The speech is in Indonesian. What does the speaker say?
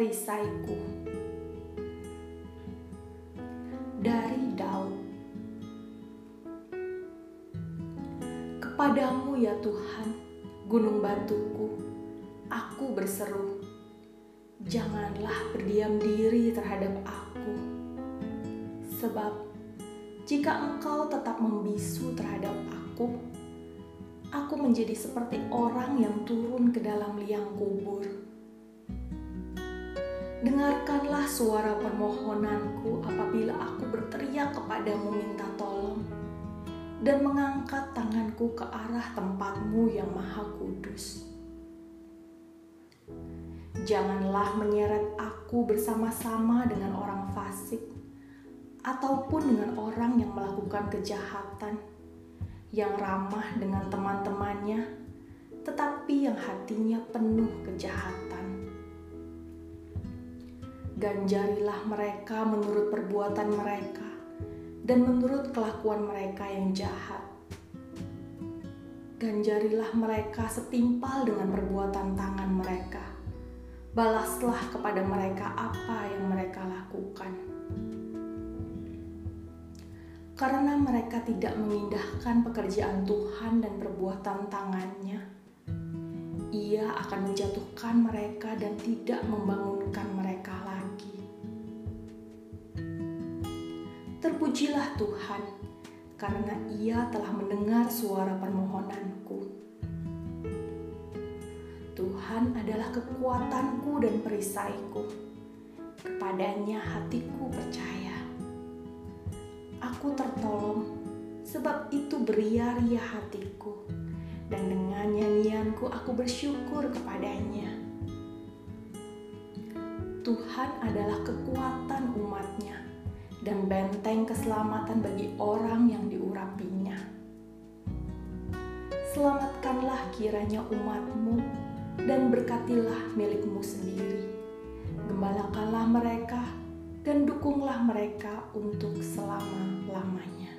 perisaiku. Dari Daud. Kepadamu ya Tuhan, gunung batuku, aku berseru. Janganlah berdiam diri terhadap aku. Sebab jika Engkau tetap membisu terhadap aku menjadi seperti orang yang turun ke dalam liang kubur. Dengarkanlah suara permohonanku apabila aku berteriak kepadamu minta tolong, dan mengangkat tanganku ke arah tempat-Mu yang maha kudus. Janganlah menyeret aku bersama-sama dengan orang fasik, ataupun dengan orang yang melakukan kejahatan, yang ramah dengan teman-temannya, tetapi yang hatinya penuh kejahatan. Ganjarilah mereka menurut perbuatan mereka, dan menurut kelakuan mereka yang jahat. Ganjarilah mereka setimpal dengan perbuatan tangan mereka. Balaslah kepada mereka apa yang mereka lakukan. Karena mereka tidak mengindahkan pekerjaan Tuhan dan perbuatan tangannya, Ia akan menjatuhkan mereka dan tidak membangunkan mereka lagi. Terpujilah Tuhan, karena Ia telah mendengar suara permohonanku. Tuhan adalah kekuatanku dan perisaiku. Kepadanya hatiku percaya. Aku tertolong, sebab itu beria-ria hatiku, dan dengan nyanyianku aku bersyukur kepadanya. Tuhan adalah kekuatan umat-Nya dan benteng keselamatan bagi orang yang diurapinya. Selamatkanlah kiranya umat-Mu dan berkatilah milik-Mu sendiri. Gembalakanlah mereka dan dukunglah mereka untuk selama-lamanya.